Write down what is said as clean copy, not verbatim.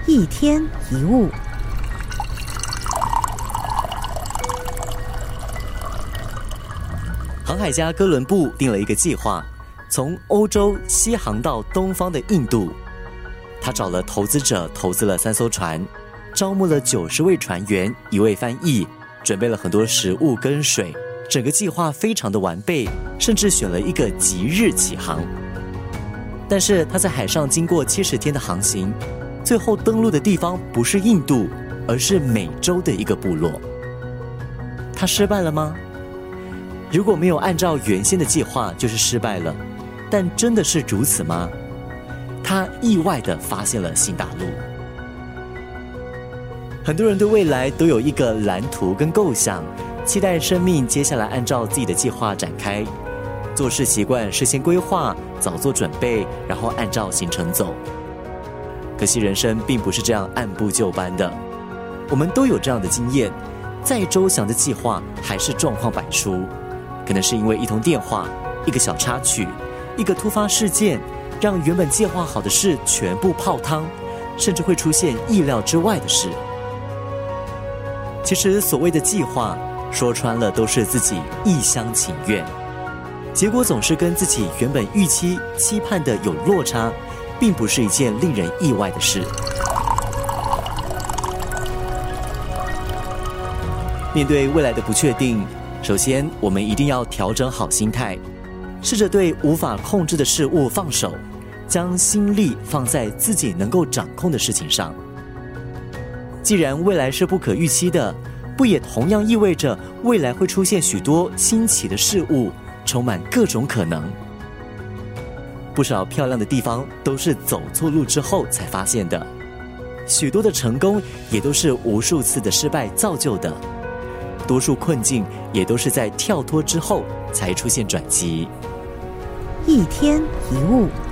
一天一物。 航海家哥伦布定了一个计划，从欧洲西航到东方的印度。他找了投资者，投资了3艘船，招募了90位船员，1位翻译，准备了很多食物跟水，整个计划非常的完备，甚至选了一个吉日起航。但是他在海上经过70天的航行，最后登陆的地方不是印度，而是美洲的一个部落。他失败了吗？如果没有按照原先的计划，就是失败了。但真的是如此吗？他意外地发现了新大陆。很多人对未来都有一个蓝图跟构想，期待生命接下来按照自己的计划展开。做事习惯事先规划，早做准备，然后按照行程走。可惜人生并不是这样按部就班的。我们都有这样的经验，再周详的计划还是状况百出。可能是因为一通电话，一个小插曲，一个突发事件，让原本计划好的事全部泡汤，甚至会出现意料之外的事。其实所谓的计划，说穿了都是自己一厢情愿，结果总是跟自己原本预期期盼的有落差，并不是一件令人意外的事。面对未来的不确定，首先我们一定要调整好心态，试着对无法控制的事物放手，将心力放在自己能够掌控的事情上。既然未来是不可预期的，不也同样意味着未来会出现许多新奇的事物，充满各种可能。不少漂亮的地方都是走错路之后才发现的，许多的成功也都是无数次的失败造就的，多数困境也都是在跳脱之后才出现转机。 一天一物。